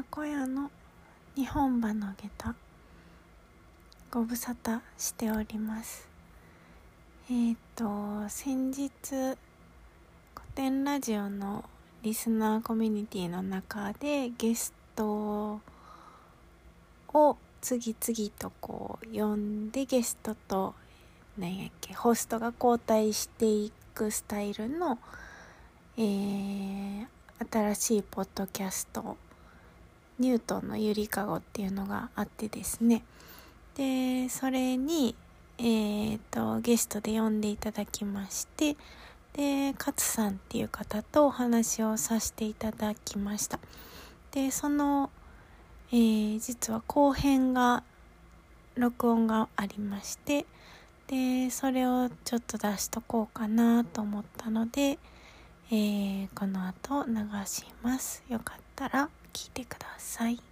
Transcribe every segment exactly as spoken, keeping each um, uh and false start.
小屋の日本馬の下駄ご無沙汰しております。えっ、と先日古典ラジオのリスナーコミュニティの中でゲストを次々とこう呼んで、ゲストと何やっけホストが交代していくスタイルの、えー、新しいポッドキャストニュートンのゆりかごっていうのがあってですね、でそれに、えー、とゲストで呼んでいただきまして、で勝さんっていう方とお話をさせていただきました。でその、えー、実は後編が録音がありまして、でそれをちょっと出しとこうかなと思ったので、えー、この後流します。よかったら聞いてください。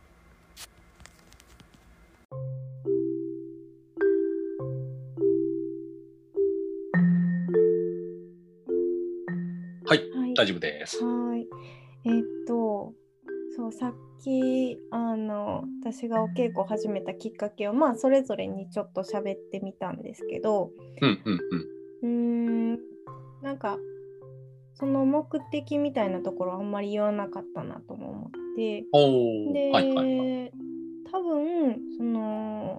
はい、はい、大丈夫です。 はい。えー、っとそうさっきあの私がお稽古を始めたきっかけをまあそれぞれにちょっと喋ってみたんですけど、 うんうんうん。 うーんなんかその目的みたいなところあんまり言わなかったなとも思って、 おで、 はいはいはい、 多分その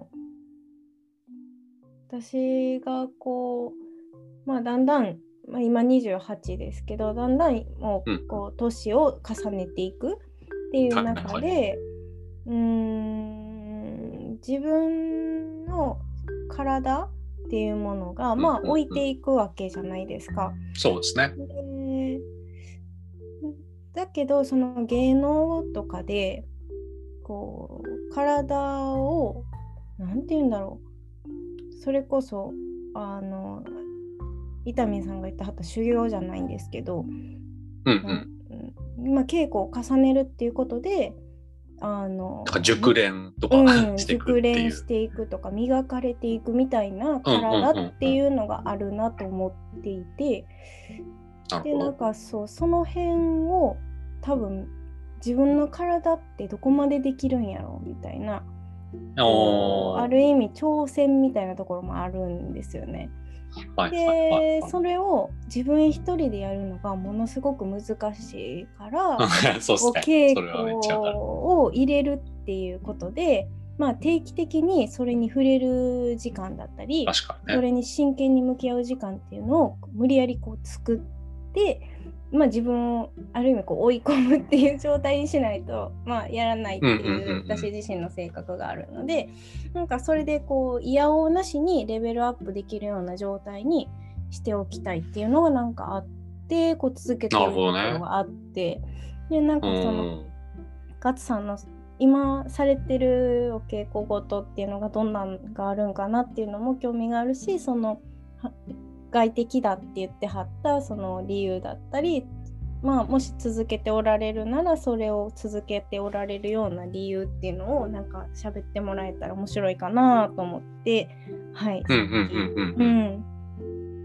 私がこうまあだんだん、まあ、今にじゅうはちですけど、だんだんもうこう年を重ねていくっていう中で、はいはい、うーん自分の体っていうものが、まあ、置いていくわけじゃないですか。 そうですね。 でだけどその芸能とかでこう体をなんて言うんだろう、それこそあの伊丹さんが言ったはった修行じゃないんですけど、 うんうん、まあ、稽古を重ねるっていうことであの熟練とか、 うん、 していくっていう、熟練していくとか磨かれていくみたいな体っていうのがあるなと思っていて、でなんかそうその辺を多分自分の体ってどこまでできるんやろうみたいな、ある意味挑戦みたいなところもあるんですよね。 はいで、 はいはいはい、 それを自分一人でやるのがものすごく難しいからそうっすね、 稽古を入れるっていうことで、まあ、定期的にそれに触れる時間だったり、 確かにね、 それに真剣に向き合う時間っていうのを無理やりこう作って、まあ、自分をある意味こう追い込むっていう状態にしないと、まあ、やらないっていう私自身の性格があるので、なんかそれでこういやおうなしにレベルアップできるような状態にしておきたいっていうのがなんかあって、こう続けてるところがあって、でなんかその勝さんの今されてるお稽古事っていうのがどんなのがあるんかなっていうのも興味があるし、その外的だって言ってはったその理由だったり、まあ、もし続けておられるならそれを続けておられるような理由っていうのをなんか喋ってもらえたら面白いかなと思って、はい、 うんうんうんうん、うん、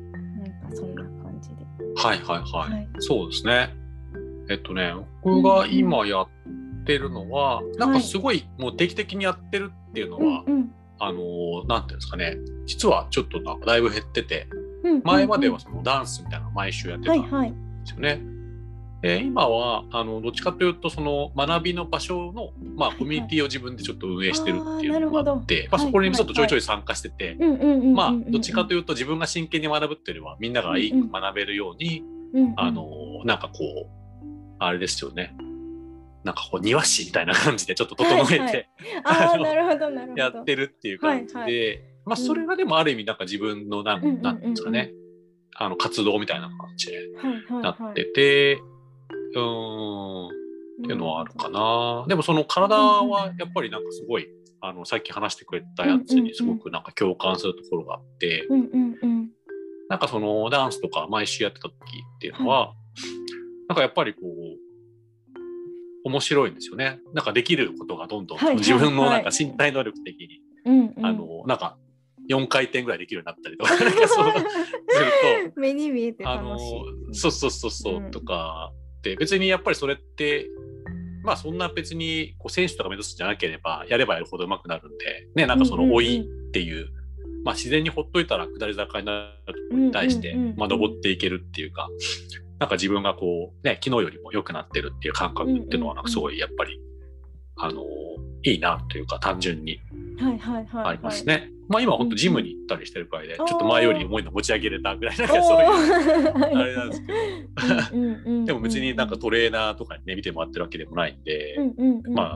なんかそんな感じで、 はいはいはい、はい、そうですね。えっとね僕が今やってるのは、うんうん、なんかすごいもう定期的にやってるっていうのは、はい、あのなんていうんですかね、実はちょっとだいぶ減ってて、うんうんうん、前まではそのダンスみたいなのを毎週やってたんですよね。はいはい、で今はあのどっちかというとその学びの場所の、まあ、コミュニティを自分でちょっと運営してるっていうのがあって、はいはい、まあ、そこにちょっとちょいちょい参加してて、まあどっちかというと自分が真剣に学ぶっていうよりはみんながいい学べるように、うんうん、あのなんかこうあれですよね、なんかこう庭師みたいな感じでちょっと整えて、はいはい、あなるほどなるほどやってるっていう感じで、はいはい、まあ、それがでもある意味なんか自分のなん、うん、なんですかね、あの活動みたいな感じでなってて、はいはいはい、うーんっていうのはあるかな。でもその体はやっぱりなんかすごいあのさっき話してくれたやつにすごくなんか共感するところがあって、うんうんうん、なんかそのダンスとか毎週やってた時っていうのは、はい、なんかやっぱりこう面白いんですよね。なんかできることがどんどん、はいはいはい、自分のなんか身体能力的に、うんうん、あのなんかよんかいてんぐらいできるようになったりとかなんかそうすると目に見えて楽しい。 あのそうそうそうそう、うん、とかで別にやっぱりそれってまあそんな別にこう選手とか目指すんじゃなければやればやるほど上手くなるんで、ね、なんかその老いっていう、まあ自然にほっといたら下り坂になるところに対して、まあ登っていけるっていうか、なんか自分がこうね、昨日よりも良くなってるっていう感覚っていうのはなんかすごいやっぱり、あのいいなというか単純にありますね。まあ今本当ジムに行ったりしてるくらいで、ちょっと前より重いの持ち上げれたぐらいなんかそういうあれなんですけど、でも別になんかトレーナーとかにね見てもらってるわけでもないんで、まあ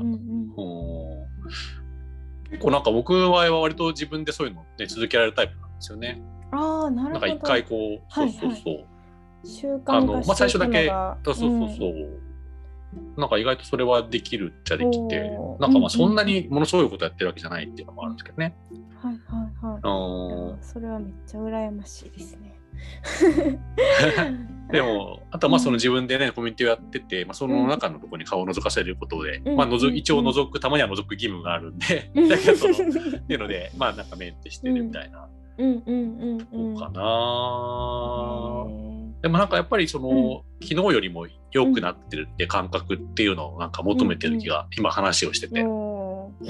結構なんか僕の場合は割と自分でそういうのね続けられるタイプなんですよね。 ああ、なるほど。 なんか一回こう、そうそうそう。 習慣化していくのが、 まあ最初だけ、そうそうそう。なんか意外とそれはできるっちゃできて、なんかまあそんなにものすごいことやってるわけじゃないっていうのもあるんですけどね。 はいはいはい。それはめっちゃ羨ましいですね。 でもあとはまあその自分でねコミュニティをやってて、まあ、その中のところに顔を覗かせることで、まあ、のぞ一応覗くたまには覗く義務があるんでだけどそのっていうのでまあなんかメンテしてるみたいなそうかな。でもなんかやっぱりその、うん、昨日よりも良くなってるって感覚っていうのをなんか求めてる気が今話をしてて、うんうんうん、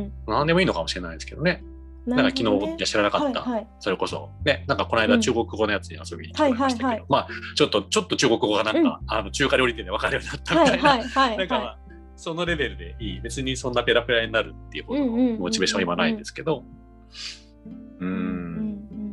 何でもいいのかもしれないですけどね。なんか昨日知らなかった、はいはい、それこそね、なんかこの間中国語のやつに遊びに来てましたけど、うんはいはいはい、まあちょっとちょっと中国語がなんか、うん、あの中華料理店で分かるようになったみたいな、はいはいはいはい、なんか、まあ、そのレベルでいい、別にそんなペラペラになるっていうほどのモチベーションは今ないんですけど、うーん、うん、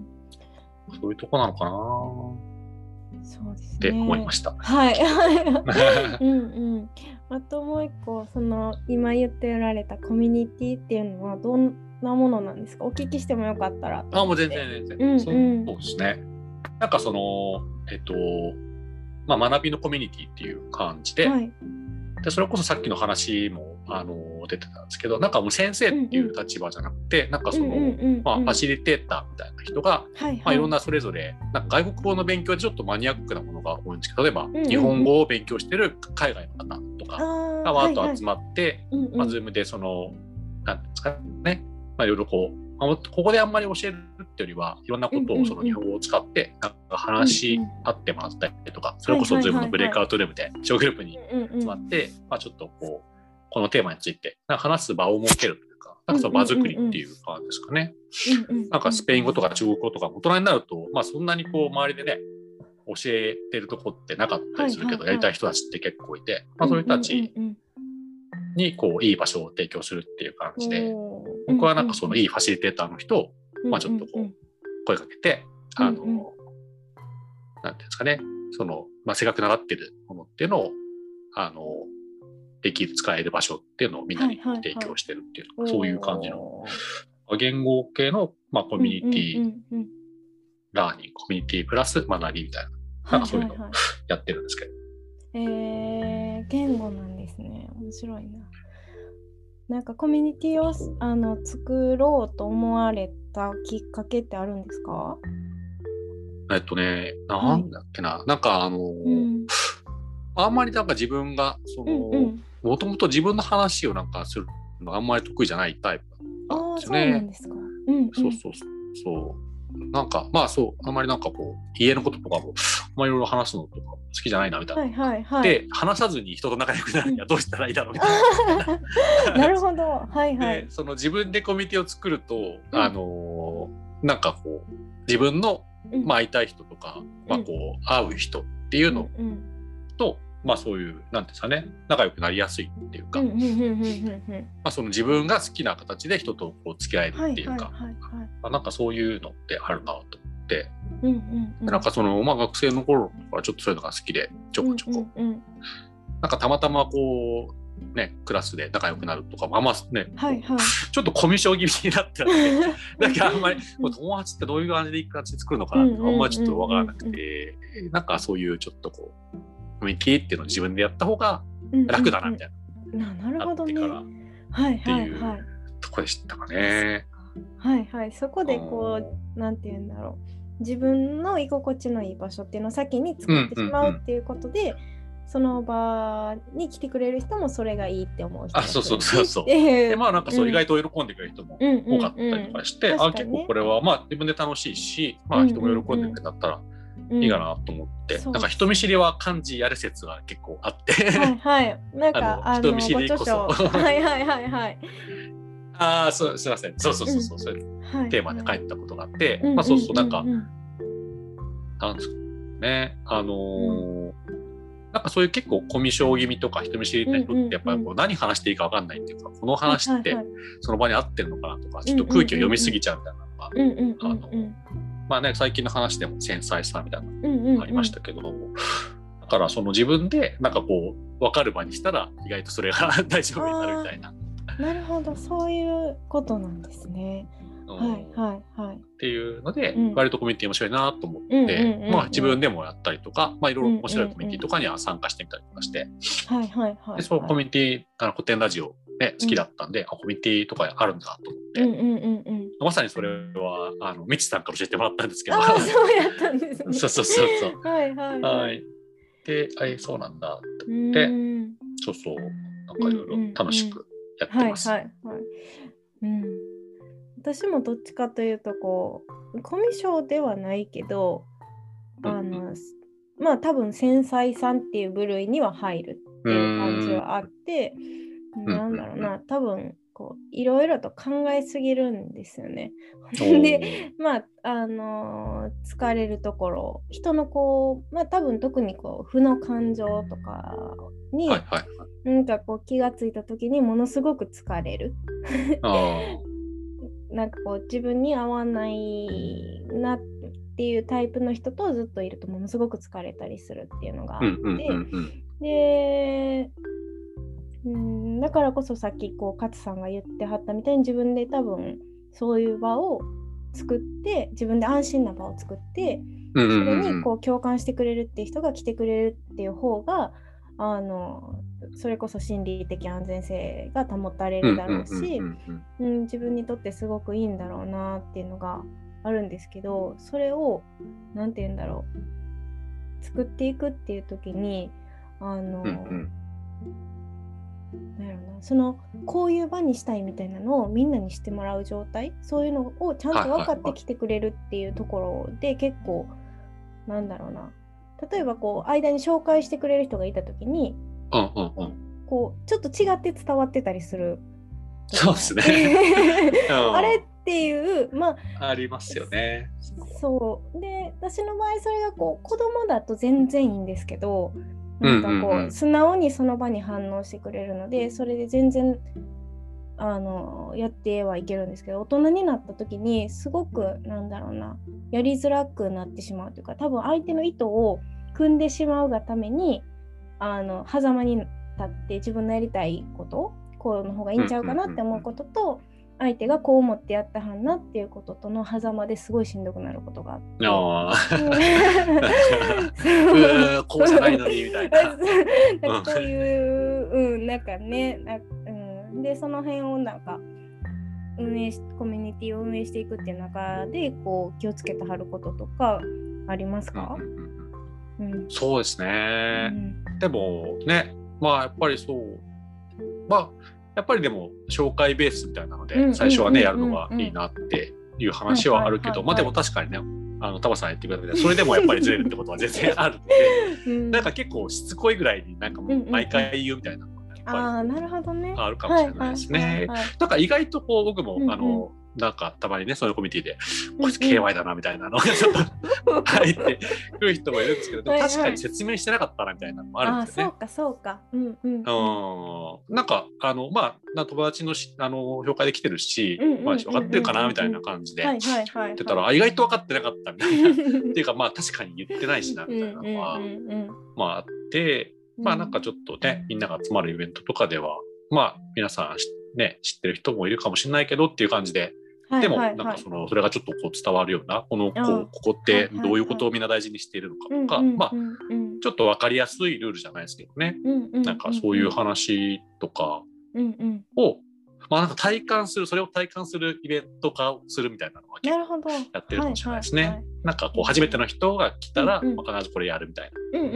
そういうとこなのかな。 そうですね。 って思いました。 はい。うんうん。あともう一個その今言っておられたコミュニティっていうのはどんなものなんですか？お聞きしてもよかったら。 あ、もう全然全然。うんうん、そうですね。なんかそのえっとまあ学びのコミュニティっていう感じで、はい、でそれこそさっきの話もあの出てたんですけど、なんかもう先生っていう立場じゃなくて、うんうん、なんかその、うんうんうん、まあファシリテーターみたいな人が、はいはい、まあいろんなそれぞれなんか外国語の勉強でちょっとマニアックなものが多いんですけど、例えば、うんうん、日本語を勉強してる海外の方とかがわーっと集まって、はいはい、まあ、ズームでそのなんていうんですかね、まあいろいろこう、まあ、ここであんまり教えるってよりはいろんなことをその日本語を使ってなんか話し合ってもらったりとか、それこそズームのブレイクアウトルームで小グループに集まって、まあちょっとこうこのテーマについてなんか話す場を設けるというか、なんかその場作りっていう感じですかね。なんかスペイン語とか中国語とか大人になると、まあそんなにこう周りでね教えてるとこってなかったりするけど、やりたい人たちって結構いて、まあそういう人たちにこういい場所を提供するっていう感じで、僕はなんかそのいいファシリテーターの人をまあちょっとこう声かけて、あのなんていうんですかね、そのまあせっかく習ってるものっていうのをあのできる使える場所っていうのをみんなに提供してるっていう、はいはいはい、そういう感じの言語系の、まあ、コミュニティ、うんうんうんうん、ラーニングコミュニティプラス学びみたいな、なんかそういうのをやってるんですけど、 はいはいはい、えー、言語なんですね。面白いな。なんかコミュニティをあの作ろうと思われたきっかけってあるんですか？ えっとね、なんだっけな、はい、なんかあの、うん、あんまりなんか自分がその、うんうん、もともと自分の話をなんかするのあんまり得意じゃないタイプなんですよね。 あ、そうなんですか。うんうん、 そうそうそう。なんかまあそうあんまりなんかこう家のこととかもまあいろいろ話すのとか好きじゃないなみたいな。はいはいはい。で話さずに人と仲良くなるにはどうしたらいいだろうみたいな。 なるほど。はいはい。 でその自分でコミュニティを作ると、うん、あのなんかこう自分の、まあ、会いたい人とか、うん、まあこう会う人っていうのと、うんうんまあそういうなんですかね、仲良くなりやすいっていうか、まあその自分が好きな形で人とこう付き合えるっていうか、なんかそういうのってあるなと思って、うんうんうん、なんかそのまあ学生の頃からちょっとそういうのが好きでちょこちょこ、うんうんうん、なんかたまたまこうねクラスで仲良くなるとか、まあまあね、はいはい、ちょっとコミュ障気味になってるので、だからあんまり友達ってどういう感じでいい形で作るのかなってあんまりちょっと分からなくて、なんかそういうちょっとこうコミュニティっていうのを自分でやった方が楽だなみたいな、 うんうんうん、なるほどね。 はいはいはい。っていうとこでしたかね。 はいはい。そこでこうなんていうんだろう。自分の居心地のいい場所っていうのを先に作ってしまうっていうことで、うんうんうん、その場に来てくれる人もそれがいいって思う人がいる。あ、そうそうそうそう。でまあなんかそう、うん、意外と喜んでくれる人も多かったりとかして、うんうんうん、あ結構これはまあ自分で楽しいし、まあ人も喜んでくれたったら。 いいかなと思って、うんうん、なんか人見知りは漢字やる説が結構あってはいはいなんかあの人見知りこそはいはいはいはいああそうすいませんそうそうそうそう、うん、そういうテーマで書いたことがあって、はい、まあそうそうなんか、うんうんうん、なんですかねあのーうん、なんかそういう結構コミュ障気味とか人見知りな人ってやっぱりこう何話していいか分かんないっていうか、この話ってその場に合ってるのかなとか、ちょっと空気を読みすぎちゃうみたいなのが、うんうんうん、あのまあね最近の話でも繊細さみたいなのがありましたけども、うんうんうん、だからその自分でなんかこう分かる場にしたら意外とそれが大丈夫になるみたいな。 なるほどそういうことなんですね。はいはいはい。 っていうので、うん、割とコミュニティ面白いなと思って、うんうんうんうん、まあ自分でもやったりとか、まあいろいろ面白いコミュニティとかには参加してみたりとかして、 うんうんうん、はいはいはい、はい。 でそのコミュニティあの古典ラジオね好きだったんで、うん、あコミュニティとかあるんだと思って、うんうんうんうん、まさにそれはあのみちさんから教えてもらったんですけど、 あそうやったんですね。 そうそうそうそう。 はいはいはい。はい、 で、あえそうなんだって思って、そうそうなんかいろいろ楽しくやってます。 うんうんうん、はいはいはい。うん私もどっちかというとこうコミュ障ではないけどあの、うん、まあ多分繊細さんっていう部類には入るっていう感じはあってなんだろうな多分こういろいろと考えすぎるんですよね。でまああの疲れるところ人のこうまあ多分特にこう負の感情とかに、はいはい、なんかこう気がついた時にものすごく疲れる。なんかこう自分に合わないなっていうタイプの人とずっといるとものすごく疲れたりするっていうのがあって、うんうんうんうん、でうんだからこそさっきこう勝さんが言ってはったみたいに自分で多分そういう場を作って自分で安心な場を作ってそれにこう共感してくれるっていう人が来てくれるっていう方があのそれこそ心理的安全性が保たれるだろうし、自分にとってすごくいいんだろうなっていうのがあるんですけどそれをなんて言うんだろう作っていくっていう時にあの、うんうんなんやろなそのこういう場にしたいみたいなのをみんなにしてもらう状態そういうのをちゃんと分かってきてくれるっていうところで結構なんだろうな例えばこう間に紹介してくれる人がいた時に、うんうんうん、こうちょっと違って伝わってたりするそうですね、 うん、あれっていうまあありますよね。 そうで私の場合それがこう子供だと全然いいんですけどなんかこう、うんうんうん、素直にその場に反応してくれるのでそれで全然あのやってはいけるんですけど大人になった時にすごくなんだろうなやりづらくなってしまうというか多分相手の意図を組んでしまうがためにあの狭間に立って自分のやりたいことこうの方がいいんちゃうかなって思うことと、うんうんうん、相手がこう思ってやったはんなっていうこととの狭間ですごいしんどくなることがあってあうこうじゃないのにみたいななんかそういう、うん、なんかねな、うん、でその辺をなんか運営しコミュニティを運営していくっていう中でこう気をつけてはることとかありますか？ うんうんうん、そうですね、うん、でもねまあやっぱりそうまあやっぱりでも紹介ベースみたいなので最初はねやるのがいいなっていう話はあるけどまあでも確かにねあのタバさん言ってくれたみたいなそれでもやっぱりずれるってことは全然あるので、うん、なんか結構しつこいぐらいになんかもう毎回言うみたいなのがやっぱりあなるほどねあるかもしれないですね。なんか意外とこう僕も、うんうん、あのなんかたまにねそういうコミュニティでこいつ ケーワイ だなみたいなのがちょっと入ってくる人もいるんですけどでも確かに説明してなかったなみたいなのもあるんですよね。 あそうかそうか、うんうんうん、 なんかあのまあ友達のしあの紹介で来てるし、うんうんうんうんまあ、分かってるかなみたいな感じで言ってたら意外と分かってなかったみたいなっていうかまあ確かに言ってないしなみたいなのは、うんうんうんうん、まああってまあなんかちょっとねみんなが集まるイベントとかではまあ皆さんね知ってる人もいるかもしれないけどっていう感じででもなんかそのそれがちょっとこう伝わるようなこのこうここってどういうことをみんな大事にしているのかとかまあちょっと分かりやすいルールじゃないですけどねなんかそういう話とかをまあなんか体感するそれを体感するイベント化をするみたいなのは結構やってるかもしれないですね。なんかこう初めての人が来たら必ずこれやるみたい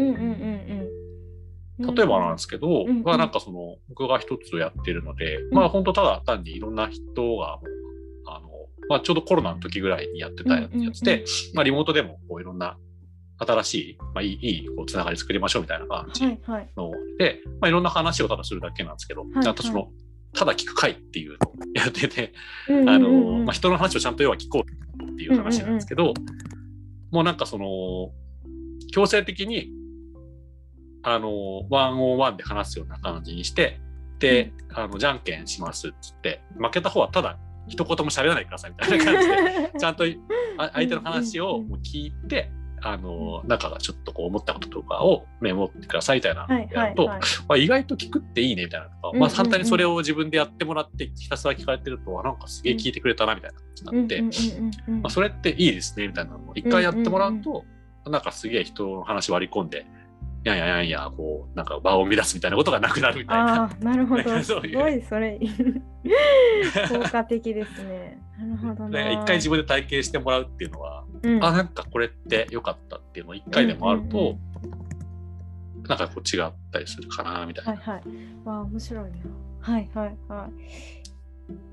な。例えばなんですけど、まあなんかその僕が一つやってるので、まあ本当ただ単にいろんな人があのまあちょうどコロナの時ぐらいにやってたやつで、まあリモートでもこういろんな新しい、まあ、いいいいこうつながり作りましょうみたいな感じの、 はいはいで、まあ、いろんな話をただするだけなんですけど、 はいはい、 ちゃんとそのただ聞く会っていうのをやってて、 うんうんうん、 あのまあ、人の話をちゃんと要は聞こうっていう話なんですけど、うんうんうん、もうなんかその強制的にあのワンオンワンで話すような感じにして、で、うん、あのじゃんけんしますっつって負けた方はただ一言も喋らないでくださいみたいな感じでちゃんと相手の話を聞いて、あの中がちょっとこう思ったこととかをメモってくださいみたいなのをやると、はいはいはい、まあ、意外と聞くっていいねみたいなとか、うんうんうん、まあ、反対にそれを自分でやってもらってひたすら聞かれてるとなんかすげえ聞いてくれたなみたいな感じになって、うんうんうんうん、まあ、それっていいですねみたいなのを一回やってもらうと、うんうんうん、なんかすげえ人の話割り込んでやんややんやこうなんか場を乱すみたいなことがなくなるみたいな。 あなるほどすごいそれ効果的ですね。なるほどな。 一回自分で体験してもらうっていうのは、うん、あなんかこれって良かったっていうのを一回でもあると、うんうんうん、なんかこう違ったりするかなみたいな。 はいはい。わあ面白いな。はいはいはい。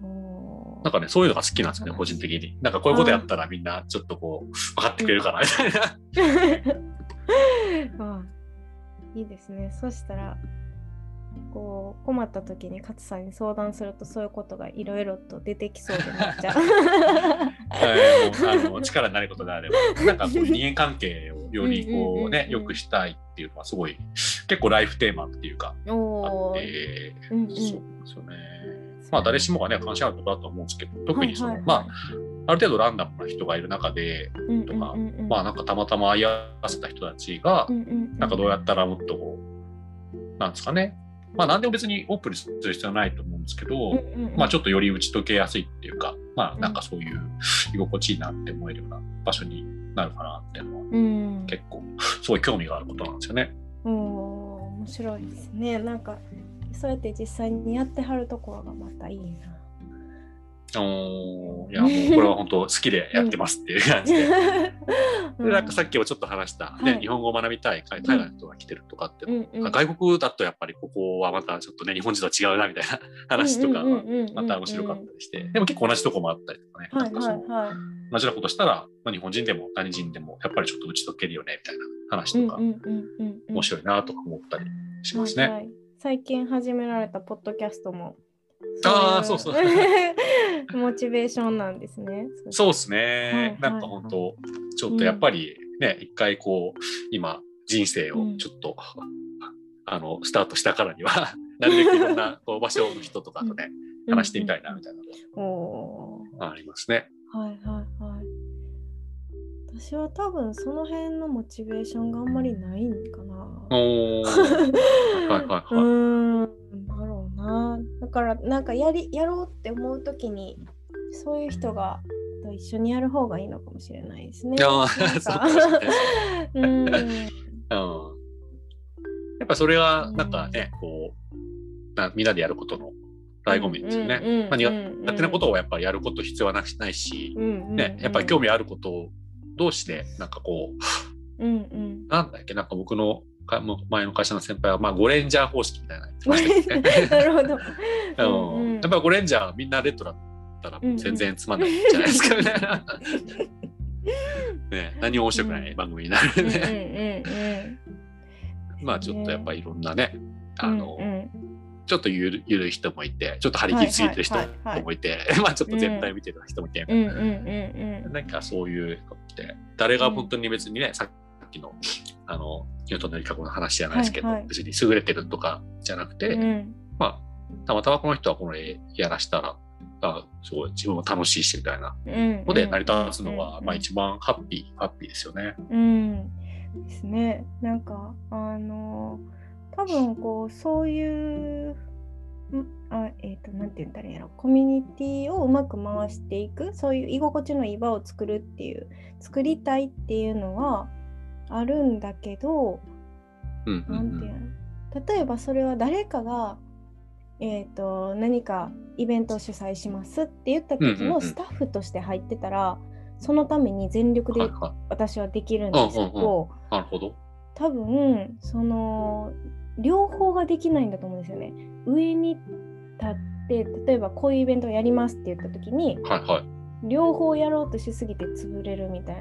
もなんかねそういうのが好きなんですよね個人的に。なんかこういうことやったらみんなちょっとこう分かってくれるかなみたいな。 あいいですね。そしたらこう困った時に勝さんに相談するとそういうことがいろいろと出てきそうでめっちゃえー、もうあの力になることであればなんかこう人間関係をよりこうね良くしたいっていうのはすごい結構ライフテーマっていうかあって、うんうん、そうですよね。まあ誰しもがね関心あることだと思うんですけど特にその、はいはいはい、まあある程度ランダムな人がいる中でとか、うんうんうん、まあなんかたまたま会い合わせた人たちが、うんうんうん、なんかどうやったらもっとこうなんですかね、まあ何でも別にオープンにする必要はないと思うんですけど、うんうんうん、まあちょっとより打ち解けやすいっていうか、まあなんかそういう居心地いいなって思えるような場所になるかなっていうのは、うん、結構すごい興味があることなんですよね。 うん、面白いですね。なんかそうやって実際にやってはるところがまたいいな。 おいやもうこれは本当好きでやってますっていう感じで、うん、でなんかさっきもちょっと話した、ねはい、日本語を学びたい海外の人が来てるとかっていうの、うんうん、外国だとやっぱりここはまたちょっとね日本人とは違うなみたいな話とかはまた面白かったりして、でも結構同じとこもあったりとかね、はいはいはい、なんかその同じようなことしたら、まあ、日本人でも何人でもやっぱりちょっと打ち解けるよねみたいな話とか、うんうんうんうん、面白いなとか思ったりしますね、はいはい、 最近始められたポッドキャストもああそうそうモチベーションなんですね。 そうですね、はいはいはい、なんか本当ちょっとやっぱりね、うん、一回こう今人生をちょっと、うん、あのスタートしたからにはなるべくいろんなこう場所の人とかとね、うん、話してみたいなみたいなのがありますね。 はいはいはい。私は多分その辺のモチベーションがあんまりないんかな。おはいはいはい。うーんだろうな。だからなんかやりやろうって思うときにそういう人がと一緒にやる方がいいのかもしれないですね。 あそうかもしれないですね。うん。やっぱそれはなんかね、うん、こうなみんなでやることの醍醐味ですよね。まあ苦手なことをやっぱりやること必要はないし、うんうんうん、ねやっぱり興味あることを同士でなんかこう、うんうん、なんだっけなんか僕の前の会社の先輩はまあゴレンジャー方式みたいな言ってましたけどね。なるほど。うんうん、やっぱりゴレンジャーみんなレッドだったら全然つまんないじゃないですかみたいな。ね何も面白くない番組になるんで。まあちょっとやっぱりいろんなねあの、うんうん、ちょっとゆるゆるい人もいてちょっと張り切りすぎてる人もいて、まあちょっと全体見てる人もいて、うん、なんかそういうのって誰が本当に別にね、うん、さっきのあのニュートンの理科の話じゃないですけど、はいはい、別に優れてるとかじゃなくて、うん、まあたまたまこの人はこの絵やらしたらあすごい自分も楽しいしみたいなので成り立つのは、まあ一番ハッピーハッピーですよね。 うんですね。なんかあの多分こうそういうあえっとなんて言ったらいいんやろコミュニティをうまく回していくそういう居心地のいい場を作るっていう作りたいっていうのはあるんだけど、うんうんうん、なんていうの例えばそれは誰かがえっと何かイベントを主催しますって言った時のスタッフとして入ってたら、うんうんうんそのために全力で私はできるんですけど、 なるほど。 多分その両方ができないんだと思うんですよね。上に立って例えばこういうイベントをやりますって言った時に、はいはい、両方やろうとしすぎて潰れるみたいな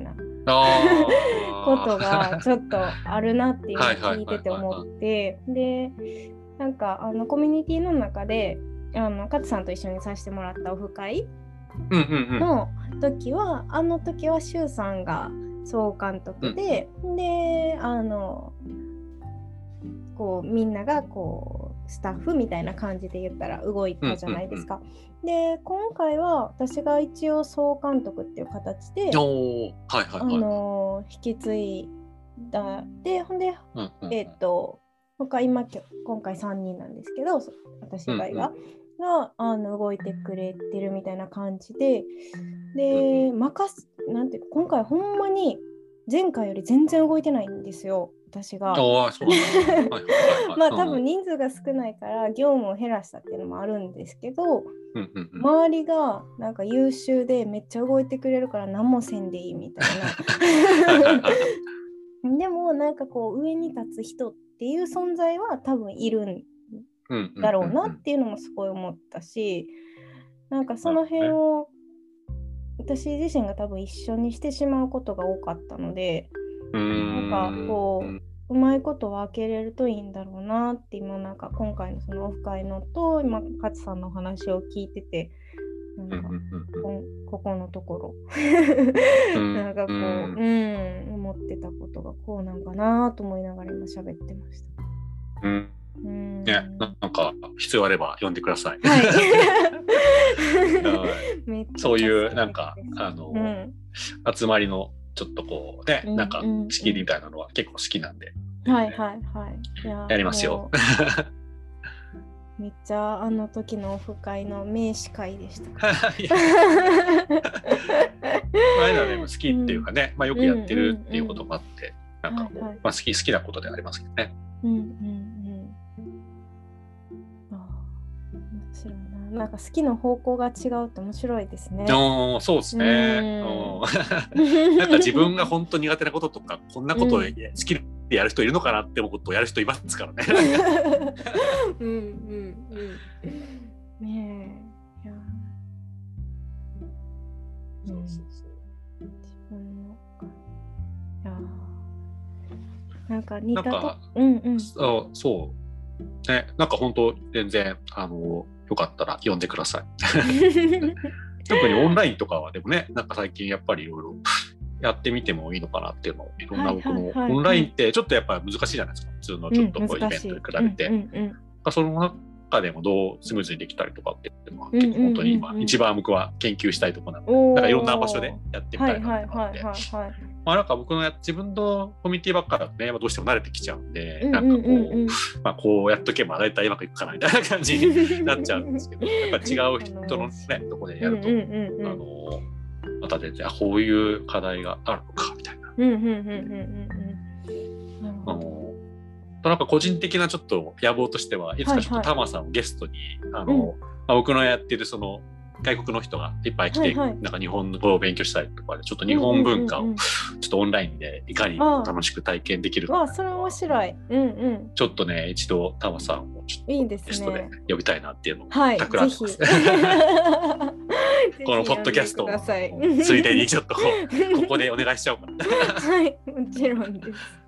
ことがちょっとあるなっていうのを聞いてて思って、でなんかあのコミュニティの中であの勝さんと一緒にさせてもらったオフ会の時は、うんうんうん、あの時は周さんが総監督で、うん、であのこうみんながこうスタッフみたいな感じで言ったら動いたじゃないですか、うんうんうん、で今回は私が一応総監督っていう形で、はいはいはい、あの引き継いだでほんで、うんうんうん、えっ、ー、と他今今回さんにんなんですけど私以外が、うんうん、があの動いてくれてるみたいな感じでで任すなんていうか今回ほんまに前回より全然動いてないんですよ私が。まあ多分人数が少ないから業務を減らしたっていうのもあるんですけど、うんうんうん、周りがなんか優秀でめっちゃ動いてくれるから何もせんでいいみたいなでもなんかこう上に立つ人っていう存在は多分いるんだろうなっていうのもすごい思ったし、なんかその辺を私自身が多分一緒にしてしまうことが多かったので、なんかこううまいこと分けれるといいんだろうなって今なんか今回のそのオフ会のと今勝さんの話を聞いててなんかこ, ここのところなんかこう、うん、思ってたことがこうなんかなと思いながら今喋ってました。 うんうんね、なんか必要あれば読んでください。 はい、 そういうなんかあの、うん、集まりのちょっとこうね、うん、なんか仕切りみたいなのは結構好きなんで、 うんうん、はいはいはい、いややりますよ。 めっちゃあの時のオフ会の名刺会でした。まああれだね、好きっていうかね、うん、まあよくやってるっていうこともあって、うんうんうん、なんかもう、はいはい、まあ好き好きなことでありますけどね。うんうんうん。 ああ、面白いな。なんか好きな方向が違うって面白いですね。 おそうですね。なんか自分が本当苦手なこととかこんなことを好きでやる人いるのかなって思うことをやる人いますからね。 うんうんうん。ねえ。いや。そうそうそう。自分の。いや。なんか似たと。うんうん。 そうそうね。なんか本当全然あのよかったら読んでください。特にオンラインとかはでもね、なんか最近やっぱりいろいろやってみてもいいのかなっていうのをいろんな僕も、はいはいはいはい、オンラインってちょっとやっぱり難しいじゃないですか。普通のちょっとこうイベントに比べて、うんうんうん、その中でもどうスムーズにできたりとかっていうのは結構本当に今一番僕は研究したいところなので、なんかいろんな場所でやってみたいなって思って、まあなんか僕のや自分のコミュニティばっかだとね、どうしても慣れてきちゃうんで、うんうんうんうん、なんかこう、まあこうやっとけば大体うまくいくかなみたいな感じになっちゃうんですけど、やっぱ違う人のねとこでやると、うんうんうんうん、あのまた全然こういう課題があるのかみたいな。なんか個人的なちょっと野望としてはいつかちょっとタマさんをゲストに、はいはい、あの、うんまあ、僕のやってるその外国の人がいっぱい来て、はいはい、なんか日本語を勉強したりとかでちょっと日本文化をちょっとオンラインでいかに楽しく体験できるか、 ああそれ面白い、うんうん、 ちょっとね一度タマさんをちょっとゲストで呼びたいなっていうのを企んでます、 はい、 このポッドキャストをついでにちょっとここでお願いしちゃおうかな。 はいもちろんです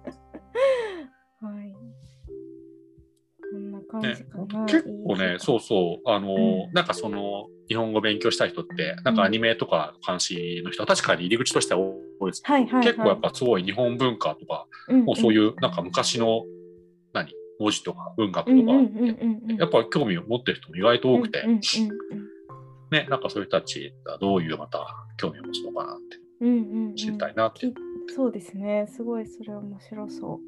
はいこんな感じかな、 ね、結構ねそうそうあの、うん、なんかその日本語勉強したい人ってなんかアニメとか関心の人は確かに入り口としては多いですけど、はいはいはい、結構やっぱすごい日本文化とか、うんうん、もうそういうなんか昔の何文字とか文学とか、うんうんうんうん、やっぱり興味を持ってる人も意外と多くて、うんうんうんうん、ねなんかそういう人たちがどういうまた興味を持つのかなって知りたいなって、うんうんうん、そうですねすごいそれは面白そう、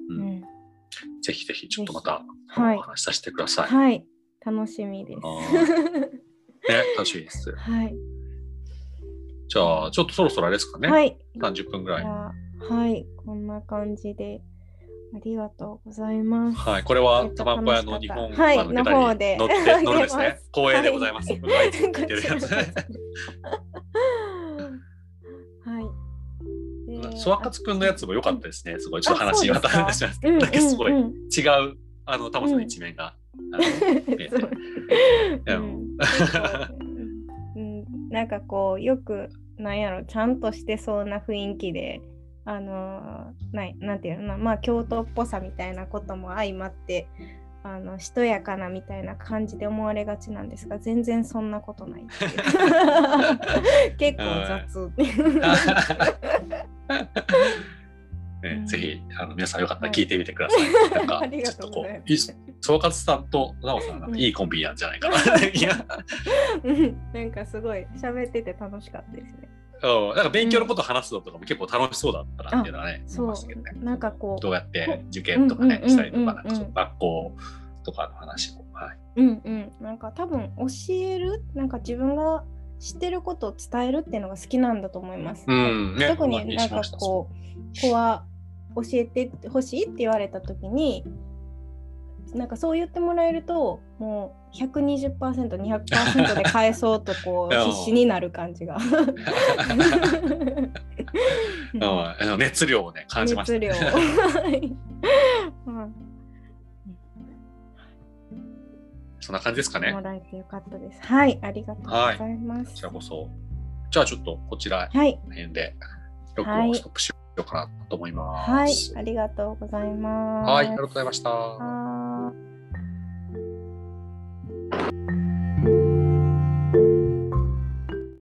うんうん、ぜひぜひちょっとまたお話しさせてください。 はい、はい、楽しみです。 ね、楽しみです。 はい。 じゃあちょっとそろそろあれですかね。はい。さんじゅっぷんぐらい。 はい、こんな感じでありがとうございます。 はい、これはたまぽやの日本版のネタに乗って乗るですね。光栄でございます。僕がいつも聞いてるやつ。はい。ソワカツくんのやつも良かったですね。すごいちょっと話また話しますけど、だけすごい違うあのタモさんの一面が、うん、あの見えて、 うんうん、なんかこうよくなんやろ、ちゃんとしてそうな雰囲気で、あのない、なんていうのな、まあ京都っぽさみたいなことも相まって、あのしとやかなみたいな感じで思われがちなんですが、全然そんなことないっていう結構雑ね、ぜひあの皆さんよかったら聞いてみてください。はい、なんかありがとうございます。 総括さんとなおさんなんかいいコンビなんじゃないかな。 なんかすごい喋ってて楽しかったですね。 うん、なんか勉強のことを話すのとかも結構楽しそうだったなっていうのはね、 思いましたけどね。なんかこうどうやって受験とかねしたりとか、なんか学校とかの話も、はい、 うんうん、なんか多分教える、なんか自分が知ってることを伝えるっていうのが好きなんだと思います。 うんね、 特になんかこう子は教えてほしいって言われた時に、なんかそう言ってもらえるともう ひゃくにじゅっパーセント、にひゃくパーセント で返そうとこう必死になる感じが熱量をね感じましたね。熱量うん、そんな感じですかね。 もらえてよかったです。はい、ありがとうございます。はい、 こちらこそ。じゃあちょっとこちら辺で録音をストップしようかなと思います。 はい、ありがとうございます。 はい、ありがとうございました。